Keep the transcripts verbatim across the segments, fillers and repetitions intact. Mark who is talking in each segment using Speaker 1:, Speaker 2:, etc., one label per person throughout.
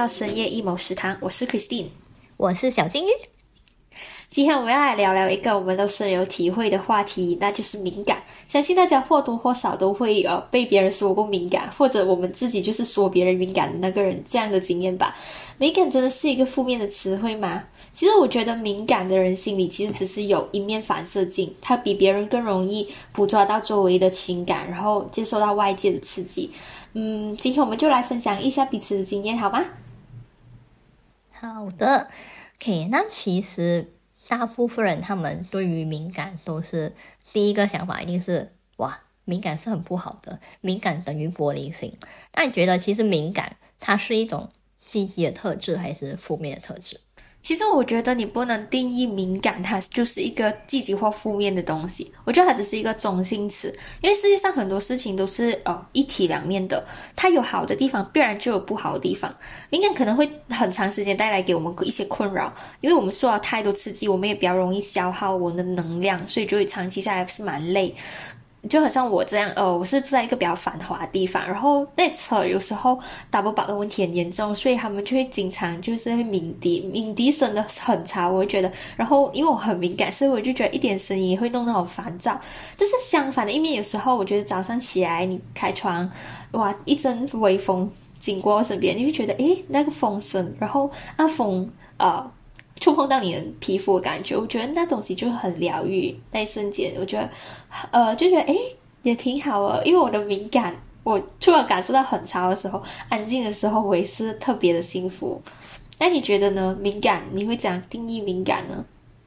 Speaker 1: 到深夜一谋食堂，我是 Christine，
Speaker 2: 我是小金鱼。
Speaker 1: 今天我们要来聊聊一个我们都深有体会的话题，那就是敏感。相信大家或多或少都会呃被别人说过敏感，或者我们自己就是说别人敏感的那个人，这样的经验吧。敏感真的是一个负面的词汇吗？其实我觉得敏感的人心里其实只是有一面反射镜，他比别人更容易捕捉到周围的情感，然后接受到外界的刺激。嗯，今天我们就来分享一下彼此的经验，好吗？
Speaker 2: 好的 OK， 那其实大部分人他们对于敏感都是第一个想法一定是哇，敏感是很不好的，敏感等于玻璃心。那你觉得其实敏感它是一种积极的特质还是负面的特质？
Speaker 1: 其实我觉得你不能定义敏感它就是一个积极或负面的东西，我觉得它只是一个中性词。因为世界上很多事情都是呃一体两面的，它有好的地方必然就有不好的地方。敏感可能会很长时间带来给我们一些困扰，因为我们受到太多刺激，我们也比较容易消耗我们的能量，所以就会长期下来是蛮累。就很像我这样，呃，我是住在一个比较繁华的地方，然后那车有时候 double park 的问题很严重，所以他们就会经常就是会鸣笛，鸣笛声的很吵，我会觉得，然后因为我很敏感，所以我就觉得一点声音也会弄得很烦躁。但是相反的一面，有时候我觉得早上起来你开窗，哇，一阵微风经过我身边，你会觉得，诶，那个风声，然后那风，呃。触碰到你的皮肤的感觉，我觉得那东西就很疗愈。那一瞬间，我觉得，呃，就觉得诶也挺好的，因为我的敏感，我突然感受到很吵的时候，安静的时候，我也是特别的幸福。那你觉得呢？敏感，你会怎样定义敏感呢？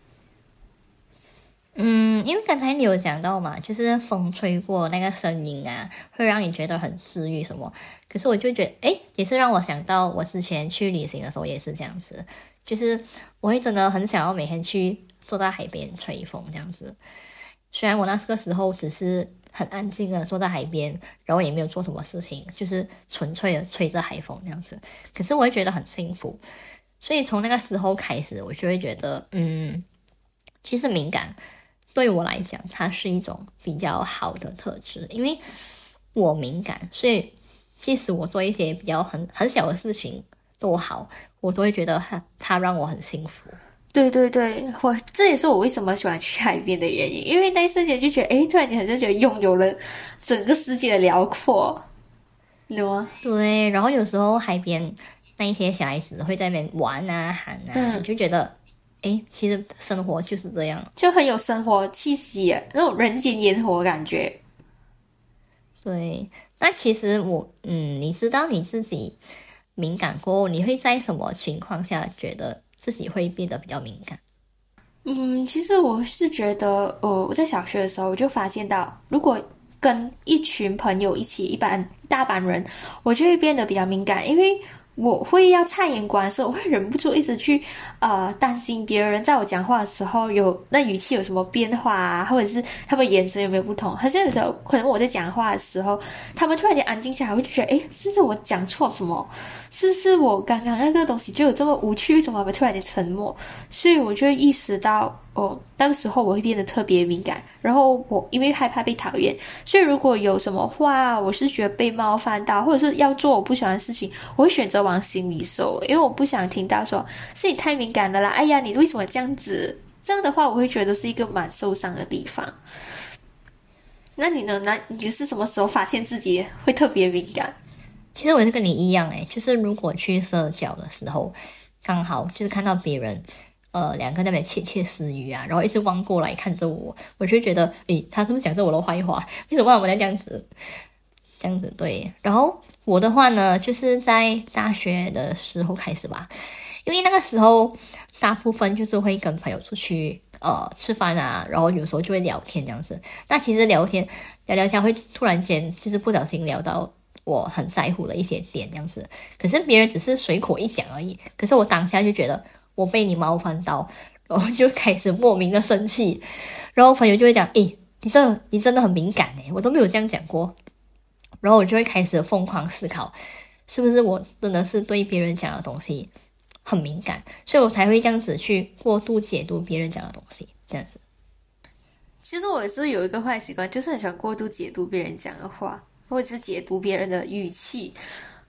Speaker 2: 嗯，因为刚才你有讲到嘛，就是风吹过那个声音啊，会让你觉得很治愈什么。可是我就觉得，诶，也是让我想到我之前去旅行的时候也是这样子，就是我会真的很想要每天去坐在海边吹风这样子。虽然我那个时候只是很安静的坐在海边，然后也没有做什么事情，就是纯粹的吹着海风这样子，可是我会觉得很幸福。所以从那个时候开始，我就会觉得，嗯，其实敏感对我来讲，它是一种比较好的特质，因为我敏感，所以即使我做一些比较很很小的事情都好，我都会觉得它它让我很幸福。
Speaker 1: 对对对，我这也是我为什么喜欢去海边的原因，因为那一瞬间就觉得，诶，突然间好像觉得拥有了整个世界的辽阔，你懂吗？
Speaker 2: 对，然后有时候海边那一些小孩子会在那边玩啊喊啊，
Speaker 1: 嗯，
Speaker 2: 你就觉得，诶，其实生活就是这样。
Speaker 1: 就很有生活气息，那种人间烟火的感觉。
Speaker 2: 对，那其实我，嗯，你知道你自己敏感过后，你会在什么情况下觉得自己会变得比较敏感？
Speaker 1: 嗯，其实我是觉得，呃，我在小学的时候我就发现到，如果跟一群朋友一起，一班一大班人，我就会变得比较敏感，因为我会要察言观色，我会忍不住一直去呃担心别人在我讲话的时候有那语气有什么变化啊，或者是他们眼神有没有不同。好像有时候可能我在讲话的时候，他们突然间安静下来，我就觉得，诶，是不是我讲错什么？是不是我刚刚那个东西就有这么无趣？为什么我们突然间沉默？所以我就会意识到，哦，那个时候我会变得特别敏感。然后我因为害怕被讨厌，所以如果有什么话，我是觉得被冒犯到，或者是要做我不喜欢的事情，我会选择往心里收，因为我不想听到说是你太敏感了啦。哎呀，你为什么这样子？这样的话，我会觉得是一个蛮受伤的地方。那你呢？那你是什么时候发现自己会特别敏感？
Speaker 2: 其实我也是跟你一样诶，就是如果去社交的时候，刚好就是看到别人，呃，两个在那边窃窃私语啊，然后一直望过来看着我，我就会觉得，诶，他是不是讲着我的坏话？为什么我们要这样子？这样子对。然后我的话呢，就是在大学的时候开始吧，因为那个时候大部分就是会跟朋友出去呃吃饭啊，然后有时候就会聊天这样子。那其实聊天聊聊天会突然间就是不小心聊到我很在乎的一些点这样子，可是别人只是随口一讲而已，可是我当下就觉得我被你冒犯到，然后就开始莫名的生气，然后朋友就会讲，诶，你这你真的很敏感诶，我都没有这样讲过，然后我就会开始疯狂思考，是不是我真的是对别人讲的东西很敏感，所以我才会这样子去过度解读别人讲的东西，这样子。
Speaker 1: 其实我也是有一个坏习惯，就是很喜欢过度解读别人讲的话，或者是解读别人的语气。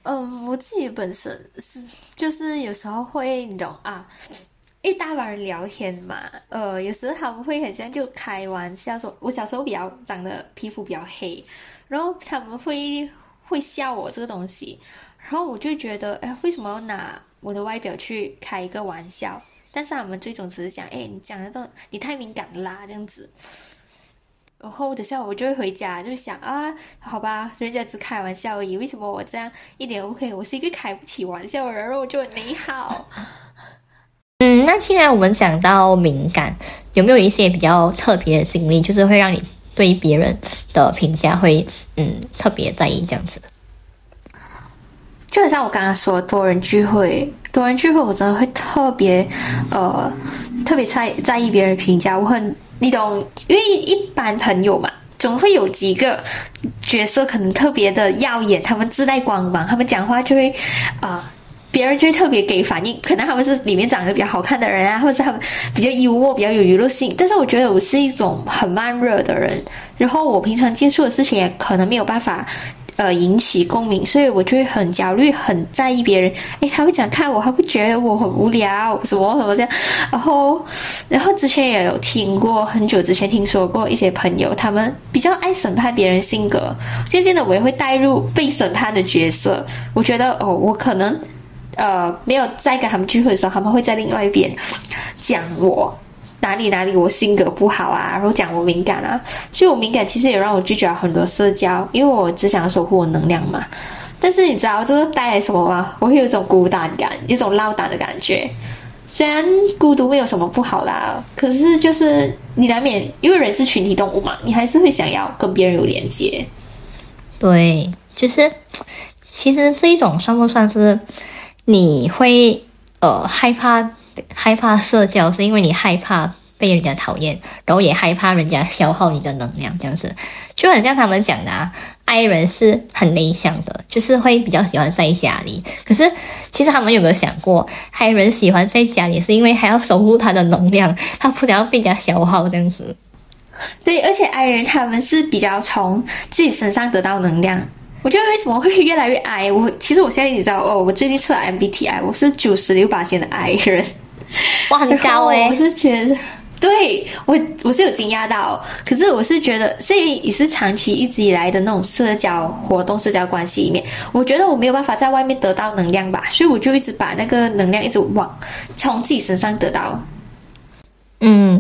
Speaker 1: 嗯，我自己本身是就是有时候会你懂啊，一大帮人聊天嘛，呃，有时候他们会很像就开玩笑说，我小时候比较长得皮肤比较黑，然后他们会会笑我这个东西，然后我就觉得，哎，为什么要拿我的外表去开一个玩笑？但是他们最终只是讲，哎，你讲的都你太敏感了啦，这样子。然后等下我就会回家，就想啊，好吧，人家只开玩笑而已，为什么我这样一点都不可以？我是一个开不起玩笑的人，然后我就很美好。
Speaker 2: 嗯，那既然我们讲到敏感，有没有一些比较特别的经历，就是会让你对别人的评价会嗯特别在意这样子？
Speaker 1: 就好像我刚刚说多人聚会，多人聚会我真的会特别呃特别在在意别人评价，我很你懂，因为一般朋友嘛，总会有几个角色可能特别的耀眼，他们自带光芒，他们讲话就会啊。呃别人就会特别给反应，可能他们是里面长得比较好看的人啊，或者是他们比较幽默、比较有娱乐性。但是我觉得我是一种很慢热的人，然后我平常接触的事情也可能没有办法呃引起共鸣，所以我就会很焦虑，很在意别人。诶，他会讲看我，他会觉得我很无聊，什么什么这样。然后，然后之前也有听过，很久之前听说过一些朋友，他们比较爱审判别人性格。渐渐的，我也会带入被审判的角色。我觉得哦，我可能。呃，没有在跟他们聚会的时候，他们会在另外一边讲我哪里哪里我性格不好啊，然后讲我敏感啊，所以我敏感其实也让我拒绝了很多社交，因为我只想要守护我能量嘛。但是你知道这个带来什么吗？我会有一种孤单感，一种落单的感觉。虽然孤独没有什么不好啦，可是就是你难免，因为人是群体动物嘛，你还是会想要跟别人有连接。
Speaker 2: 对，就是其实这一种算不算是？你会呃害怕害怕社交，是因为你害怕被人家讨厌，然后也害怕人家消耗你的能量，这样子就很像他们讲的啊，爱人是很内向的，就是会比较喜欢在家里。可是其实他们有没有想过，爱人喜欢在家里是因为还要守护他的能量，他不想要被人家消耗这样子。
Speaker 1: 对，而且爱人他们是比较从自己身上得到能量。我觉得为什么会越来越矮？我其实我现在你知道哦，我最近测了 M B T I， 我是九十六巴仙的矮人，
Speaker 2: 哇，很高诶、欸！
Speaker 1: 我是觉得，对我我是有惊讶到，可是我是觉得，这也是长期一直以来的那种社交活动、社交关系里面，我觉得我没有办法在外面得到能量吧，所以我就一直把那个能量一直往从自己身上得到。
Speaker 2: 嗯，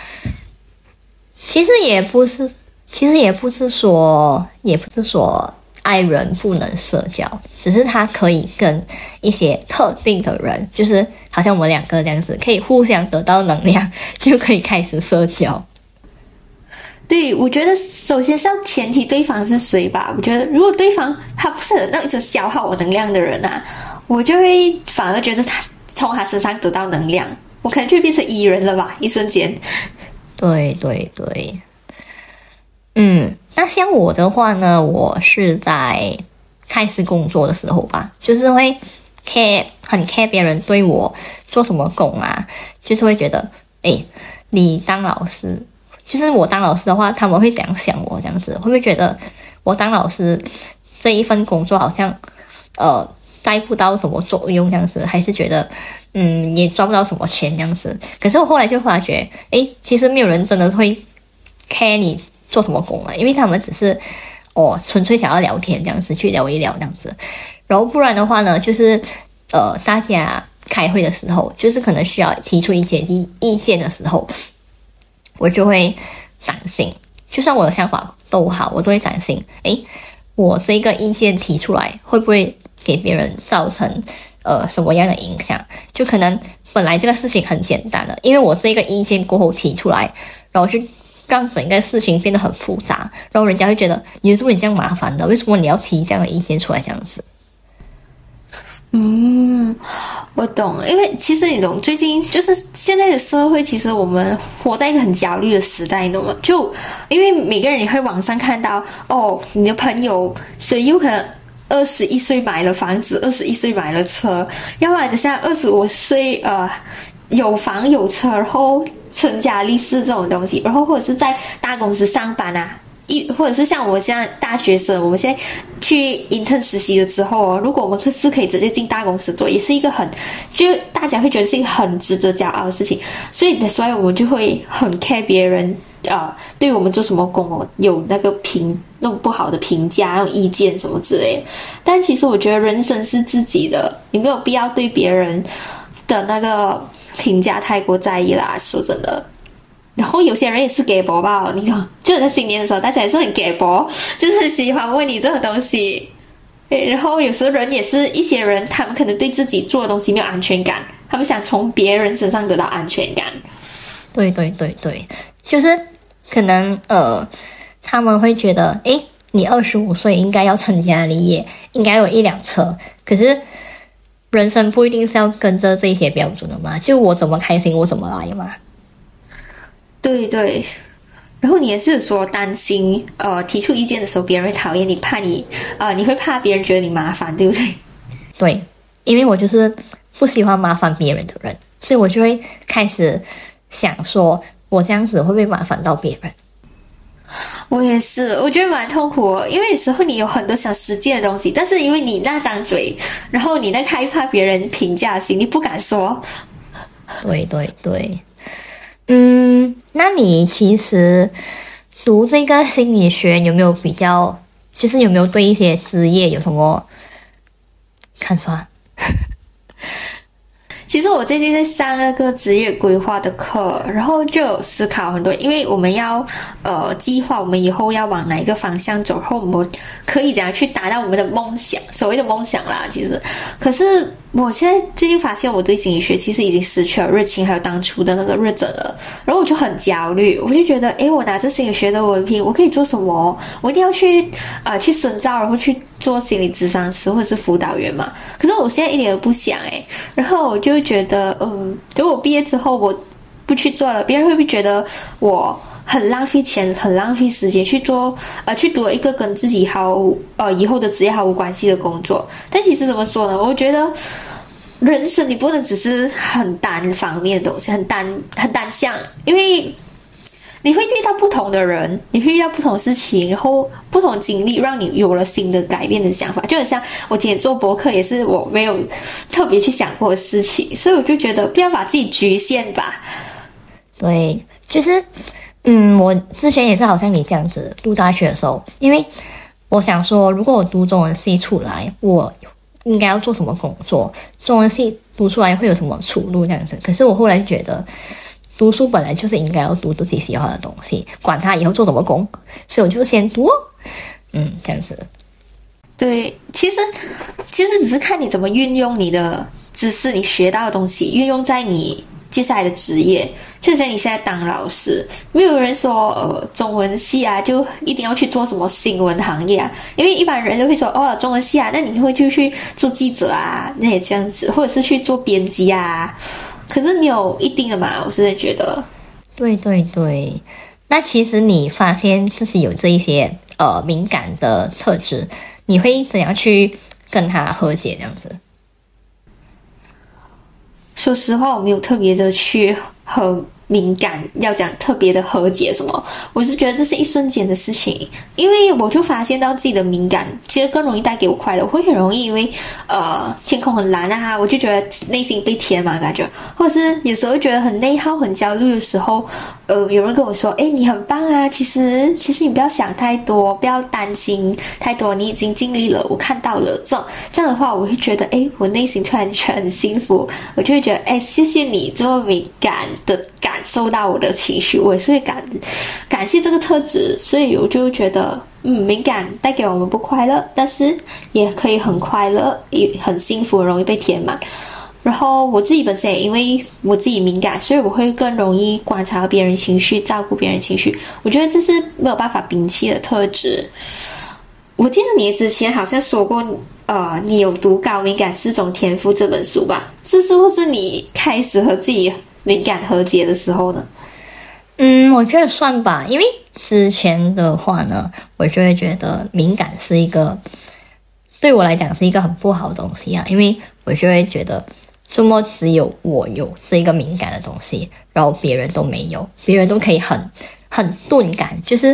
Speaker 2: 其实也不是，其实也不是说，也不是说。爱人不能社交，只是他可以跟一些特定的人，就是好像我们两个这样子，可以互相得到能量，就可以开始社交。
Speaker 1: 对，我觉得首先是要前提对方是谁吧。我觉得如果对方他不是那一直消耗我能量的人啊，我就会反而觉得他从他身上得到能量，我可能就会变成 E 人了吧，一瞬间。
Speaker 2: 对对对，嗯。那像我的话呢，我是在开始工作的时候吧，就是会 care 很 care 别人对我做什么工啊，就是会觉得，诶，你当老师，就是我当老师的话，他们会怎样想我这样子？会不会觉得我当老师这一份工作好像呃带不到什么作用这样子？还是觉得嗯也赚不到什么钱这样子？可是我后来就发觉，诶，其实没有人真的会 care 你。做什么工啊？因为他们只是哦，纯粹想要聊天这样子，去聊一聊这样子。然后不然的话呢，就是呃，大家开会的时候，就是可能需要提出一些意意见的时候，我就会担心，就算我的想法都好，我都会担心，诶，我这个意见提出来会不会给别人造成呃什么样的影响？就可能本来这个事情很简单的，因为我这个意见过后提出来，然后就。让整个事情变得很复杂，然后人家会觉得你为什么你这样麻烦的？为什么你要提这样的意见出来这样子？
Speaker 1: 嗯，我懂，因为其实你懂，最近就是现在的社会，其实我们活在一个很焦虑的时代，你懂吗？就因为每个人也会网上看到，哦，你的朋友谁有可能二十一岁买了房子，二十一岁买了车，要不然等下二十五岁呃。有房有车，然后成家立室这种东西，然后或者是在大公司上班啊， 一或者是像我们现在大学生，我们现在去 intern 实习了之后哦，如果我们是可以直接进大公司做，也是一个很就大家会觉得是一个很值得骄傲的事情，所以所以我们就会很 care 别人呃对我们做什么工哦有那个评那种不好的评价、那种意见什么之类的。但其实我觉得人生是自己的，你没有必要对别人的那个评价太过在意啦，说真的。然后有些人也是给博吧，你看，就是在新年的时候，大家也是很给博，就是喜欢问你这个东西。然后有时候人也是一些人，他们可能对自己做的东西没有安全感，他们想从别人身上得到安全感。
Speaker 2: 对对对对，就是可能呃，他们会觉得，诶，你二十五岁应该要成家立业，应该有一辆车，可是人生不一定是要跟着这些标准的嘛，就我怎么开心我怎么来嘛。
Speaker 1: 对对，然后你也是说担心，呃，提出意见的时候别人会讨厌你，怕你，呃，你会怕别人觉得你麻烦，对不对？
Speaker 2: 对，因为我就是不喜欢麻烦别人的人，所以我就会开始想说，我这样子会不会麻烦到别人？
Speaker 1: 我也是，我觉得蛮痛苦的，因为有时候你有很多想实践的东西，但是因为你那张嘴，然后你那害怕别人评价的心，你不敢说。
Speaker 2: 对对对。嗯，那你其实读这个心理学有没有比较，就是有没有对一些职业有什么看法？
Speaker 1: 其实我最近在上那个职业规划的课，然后就有思考很多，因为我们要呃计划我们以后要往哪一个方向走，然后我们可以怎样去达到我们的梦想，所谓的梦想啦。其实，可是我现在最近发现，我对心理学其实已经失去了热情，还有当初的那个热忱了。然后我就很焦虑，我就觉得，诶，我拿着心理学的文凭，我可以做什么？我一定要去呃去深造，然后去做心理咨商师或者是辅导员嘛。可是我现在一点都不想诶，然后我就觉得，嗯，等我毕业之后，我不去做了，别人会不会觉得我很浪费钱，很浪费时间去做呃去读一个跟自己毫呃以后的职业毫无关系的工作？但其实怎么说呢？我觉得人生你不能只是很单方面的东西，很单很单向，因为你会遇到不同的人，你会遇到不同的事情，然后不同经历让你有了新的改变的想法。就很像我今天做博客，也是我没有特别去想过的事情，所以我就觉得不要把自己局限吧。
Speaker 2: 对，就是嗯，我之前也是好像你这样子读大学的时候，因为我想说，如果我读中文系出来，我应该要做什么工作？中文系读出来会有什么出路这样子？可是我后来觉得，读书本来就是应该要读自己喜欢的东西，管他以后做什么工，所以我就先读哦，嗯，这样子。
Speaker 1: 对，其实其实只是看你怎么运用你的知识，你学到的东西，运用在你接下来的职业。就像你现在当老师，没有人说呃中文系啊就一定要去做什么新闻行业啊，因为一般人都会说哦中文系啊，那你会就去做记者啊，那也这样子，或者是去做编辑啊，可是没有一定的嘛，我是在觉得。
Speaker 2: 对对对，那其实你发现自己有这一些呃敏感的特质，你会怎样去跟他和解这样子？
Speaker 1: 说实话，我没有特别的去和敏感，要讲特别的和解什么，我是觉得这是一瞬间的事情，因为我就发现到自己的敏感其实更容易带给我快乐，我会很容易因为呃天空很蓝啊，我就觉得内心被填满感觉，或者是有时候觉得很内耗很焦虑的时候，呃有人跟我说，诶你很棒啊，其实其实你不要想太多，不要担心太多，你已经尽力了，我看到了，这样这样的话我会觉得，诶我内心突然觉得很幸福，我就会觉得，诶谢谢你这么敏感的感受到我的情绪，我也是会感感谢这个特质，所以我就觉得嗯，敏感带给我们不快乐，但是也可以很快乐，也很幸福，容易被填满。然后我自己本身也因为我自己敏感，所以我会更容易观察别人情绪，照顾别人情绪，我觉得这是没有办法摒弃的特质。我记得你之前好像说过呃，你有读《高敏感四种天赋》这本书吧？这是不是你开始和自己敏感和解的时候呢？
Speaker 2: 嗯，我觉得算吧，因为之前的话呢，我就会觉得敏感是一个对我来讲是一个很不好的东西啊，因为我就会觉得怎么只有我有这一个敏感的东西，然后别人都没有，别人都可以很很钝感，就是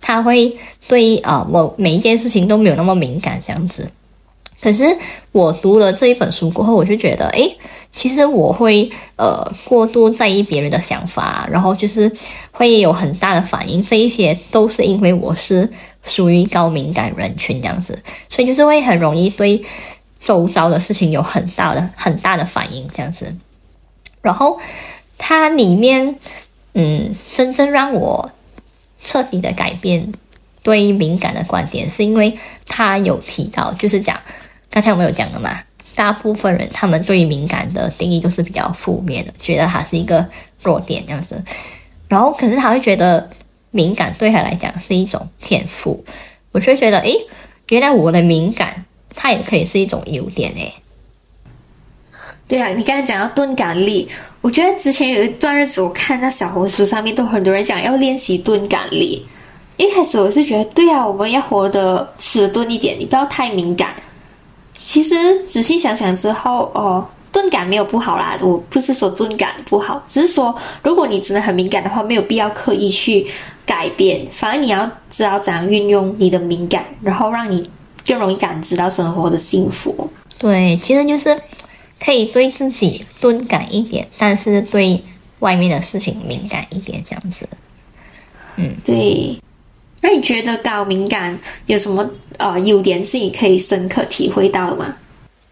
Speaker 2: 他会对啊某每一件事情都没有那么敏感这样子。可是我读了这一本书过后，我就觉得，诶，其实我会呃过度在意别人的想法，然后就是会有很大的反应，这一些都是因为我是属于高敏感人群这样子，所以就是会很容易对周遭的事情有很大的很大的反应这样子。然后它里面，嗯，真正让我彻底的改变对敏感的观点，是因为他有提到，就是讲。刚才我们有讲的嘛，大部分人他们对于敏感的定义都是比较负面的，觉得它是一个弱点这样子。然后可是他会觉得敏感对他来讲是一种天赋，我就会觉得，诶，原来我的敏感它也可以是一种优点诶。
Speaker 1: 对啊，你刚才讲到钝感力，我觉得之前有一段日子我看到小红书上面都很多人讲要练习钝感力。一开始我是觉得，对啊，我们要活得迟钝一点，你不要太敏感。其实仔细想想之后，哦，钝感没有不好啦，我不是说钝感不好，只是说如果你真的很敏感的话，没有必要刻意去改变，反而你要知道怎样运用你的敏感，然后让你更容易感知到生活的幸福。
Speaker 2: 对，其实就是可以对自己钝感一点，但是对外面的事情敏感一点，这样子。嗯，
Speaker 1: 对。那你觉得高敏感有什么呃优点是你可以深刻体会到的吗？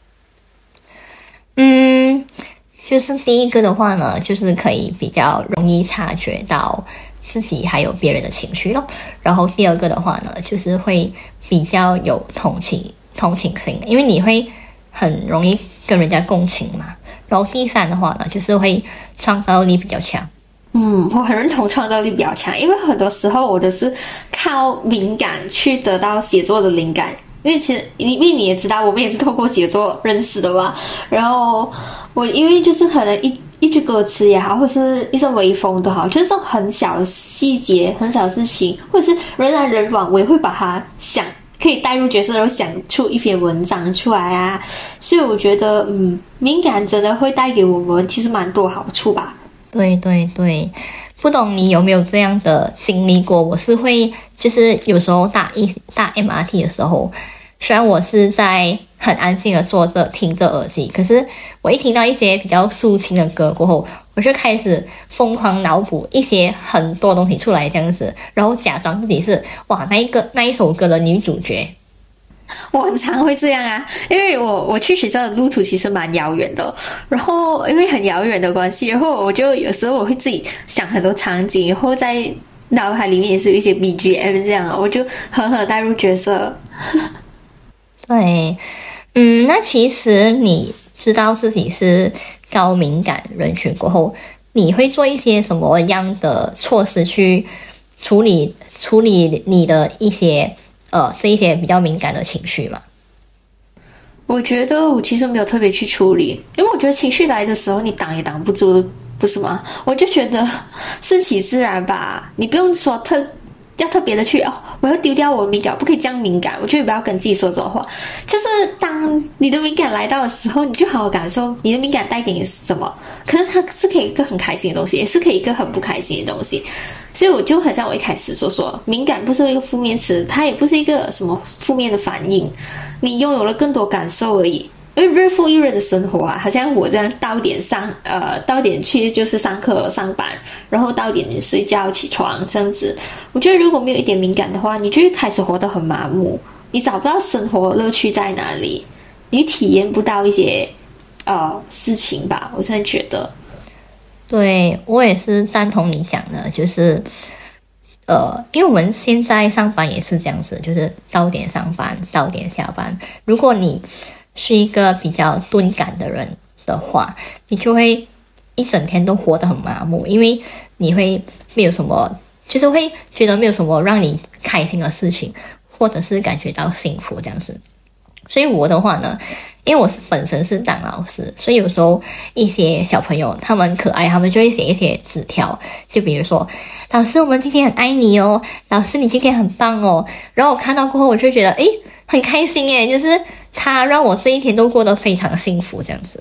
Speaker 2: 嗯，就是第一个的话呢，就是可以比较容易察觉到自己还有别人的情绪咯。然后第二个的话呢，就是会比较有同情同情心，因为你会很容易跟人家共情嘛。然后第三的话呢，就是会创造力比较强。
Speaker 1: 嗯，我很认同创造力比较强，因为很多时候我都是靠敏感去得到写作的灵感。因为其实，因为你也知道，我们也是透过写作认识的嘛。然后我因为就是可能一一句歌词也好，或者是一阵微风都好，就是这种很小的细节、很小的事情，或者是人来人往，我也会把它想可以带入角色，然后想出一篇文章出来啊。所以我觉得，嗯，敏感真的会带给我们其实蛮多好处吧。
Speaker 2: 对对对，不懂你有没有这样的经历过？我是会，就是有时候搭一搭 M R T 的时候，虽然我是在很安静的坐着听着耳机，可是我一听到一些比较抒情的歌过后，我就开始疯狂脑补一些很多东西出来这样子，然后假装自己是哇那一个那一首歌的女主角。
Speaker 1: 我很常会这样啊，因为我我去学校的路途其实蛮遥远的，然后因为很遥远的关系，然后我就有时候我会自己想很多场景，然后在脑海里面也是有一些 B G M 这样，我就狠狠带入角色。
Speaker 2: 对，嗯，那其实你知道自己是高敏感人群过后，你会做一些什么样的措施去处理处理你的一些呃这一些比较敏感的情绪嘛？
Speaker 1: 我觉得我其实没有特别去处理，因为我觉得情绪来的时候你挡也挡不住，不是吗？我就觉得顺其自然吧，你不用说特要特别的去哦，我要丢掉我的敏感，不可以这样敏感。我觉得不要跟自己说这种话，就是当你的敏感来到的时候，你就好好感受你的敏感带给你什么。可是它是可以一个很开心的东西，也是可以一个很不开心的东西。所以我就很像我一开始所说，敏感不是一个负面词，它也不是一个什么负面的反应，你拥有了更多感受而已。因为日复一日的生活啊，好像我这样到点上呃到点去就是上课上班，然后到点睡觉起床这样子。我觉得如果没有一点敏感的话，你就会开始活得很麻木，你找不到生活乐趣在哪里，你体验不到一些呃事情吧。我真的觉得，
Speaker 2: 对，我也是赞同你讲的，就是呃，因为我们现在上班也是这样子，就是到点上班，到点下班。如果你是一个比较钝感的人的话，你就会一整天都活得很麻木，因为你会没有什么，就是会觉得没有什么让你开心的事情，或者是感觉到幸福这样子。所以我的话呢，因为我是本身是当老师，所以有时候一些小朋友他们可爱，他们就会写一些纸条，就比如说老师我们今天很爱你哦，老师你今天很棒哦。然后我看到过后我就觉得诶很开心诶，就是他让我这一天都过得非常幸福这样子。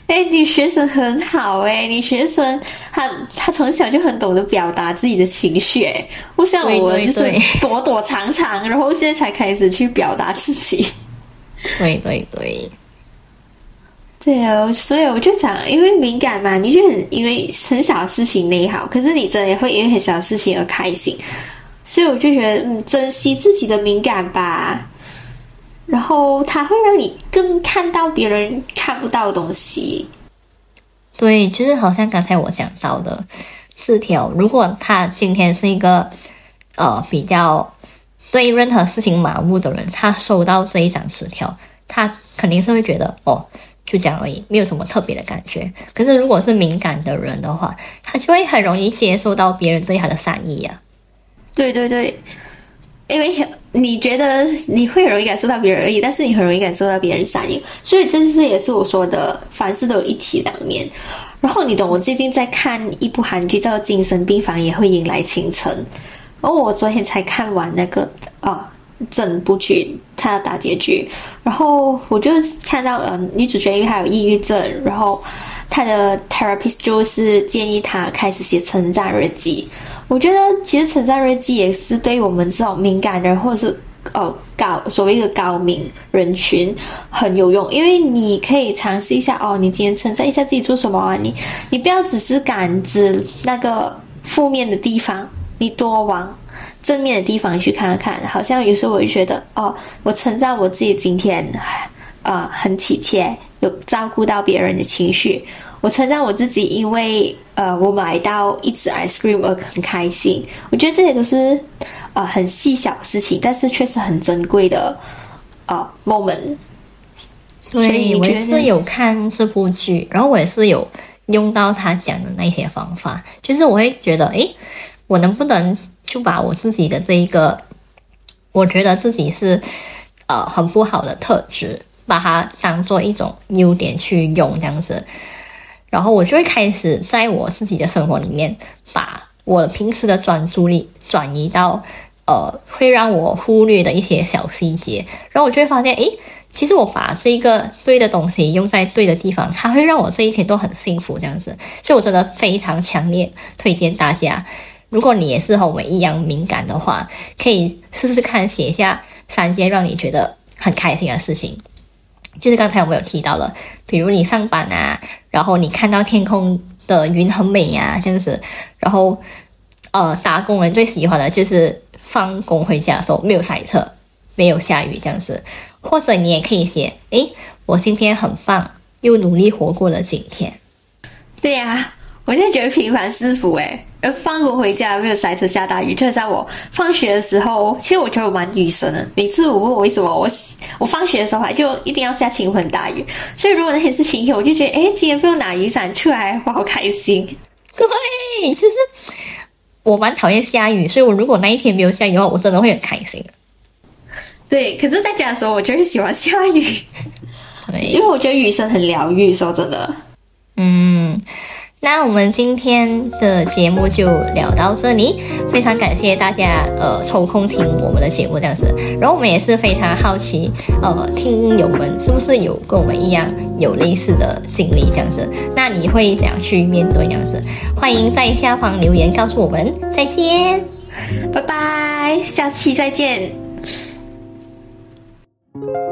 Speaker 1: 哎，你学生很好哎，你学生他他从小就很懂得表达自己的情绪哎，不像我就是躲躲藏藏，然后现在才开始去表达自己。
Speaker 2: 对对对，
Speaker 1: 对啊，所以我就讲，因为敏感嘛，你就很因为很小的事情内耗，可是你真的也会因为很小的事情而开心，所以我就觉得，嗯，珍惜自己的敏感吧。然后它会让你更看到别人看不到的东西。
Speaker 2: 对，就是好像刚才我讲到的字条，如果他今天是一个呃比较对任何事情麻木的人，他收到这一张纸条，他肯定是会觉得哦，就这样而已，没有什么特别的感觉。可是如果是敏感的人的话，他就会很容易接受到别人对他的善意啊。
Speaker 1: 对对对。因为你觉得你会很容易感受到别人而已，但是你很容易感受到别人善意，所以这就是也是我说的，凡事都有一体两面。然后你懂，我最近在看一部韩剧叫做《精神病房也会迎来清晨》，然后我昨天才看完那个啊整部剧它的大结局，然后我就看到呃女主角因为她有抑郁症，然后她的 therapist 就是建议她开始写称赞日记。我觉得其实称赞日记也是对我们这种敏感人或者是呃高所谓的高敏人群很有用，因为你可以尝试一下哦，你今天称赞一下自己做什么啊，你你不要只是感知那个负面的地方，你多往正面的地方去看看。好像有时候我就觉得哦，我称赞我自己今天啊、呃、很体贴，有照顾到别人的情绪。我称赞我自己，因为呃，我买到一支 ice cream 而很开心。我觉得这些都是呃很细小的事情，但是却是很珍贵的呃 moment。
Speaker 2: 对，我也是有看这部剧，然后我也是有用到他讲的那些方法，就是我会觉得，诶，我能不能就把我自己的这一个，我觉得自己是呃很不好的特质，把它当做一种优点去用，这样子。然后我就会开始在我自己的生活里面，把我平时的专注力转移到呃会让我忽略的一些小细节，然后我就会发现，诶，其实我把这个对的东西用在对的地方，它会让我这一天都很幸福，这样子。所以我真的非常强烈推荐大家，如果你也是和我们一样敏感的话，可以试试看写下三件让你觉得很开心的事情。就是刚才我们有提到了，比如你上班啊，然后你看到天空的云很美啊，这样子，然后呃，打工人最喜欢的就是放工回家的时候没有塞车，没有下雨这样子。或者你也可以写，诶，我今天很棒，又努力活过了今天。
Speaker 1: 对呀、啊，我现在觉得平凡是福诶。而放工回家没有塞车下大雨，就在我放学的时候，其实我觉得我蛮雨神的。每次我问我为什么我我放学的时候就一定要下倾盆大雨，所以如果那天是晴天，我就觉得诶，今天不用拿雨伞出来，我好开心。
Speaker 2: 对，就是我蛮讨厌下雨，所以我如果那一天没有下雨的话，我真的会很开心。
Speaker 1: 对，可是在家的时候，我就是喜欢下雨，因为我觉得雨声很疗愈。说真的，
Speaker 2: 嗯。那我们今天的节目就聊到这里，非常感谢大家呃抽空听我们的节目这样子，然后我们也是非常好奇呃听友们是不是有跟我们一样有类似的经历这样子，那你会怎样去面对这样子？欢迎在下方留言告诉我们，再见，
Speaker 1: 拜拜，下期再见。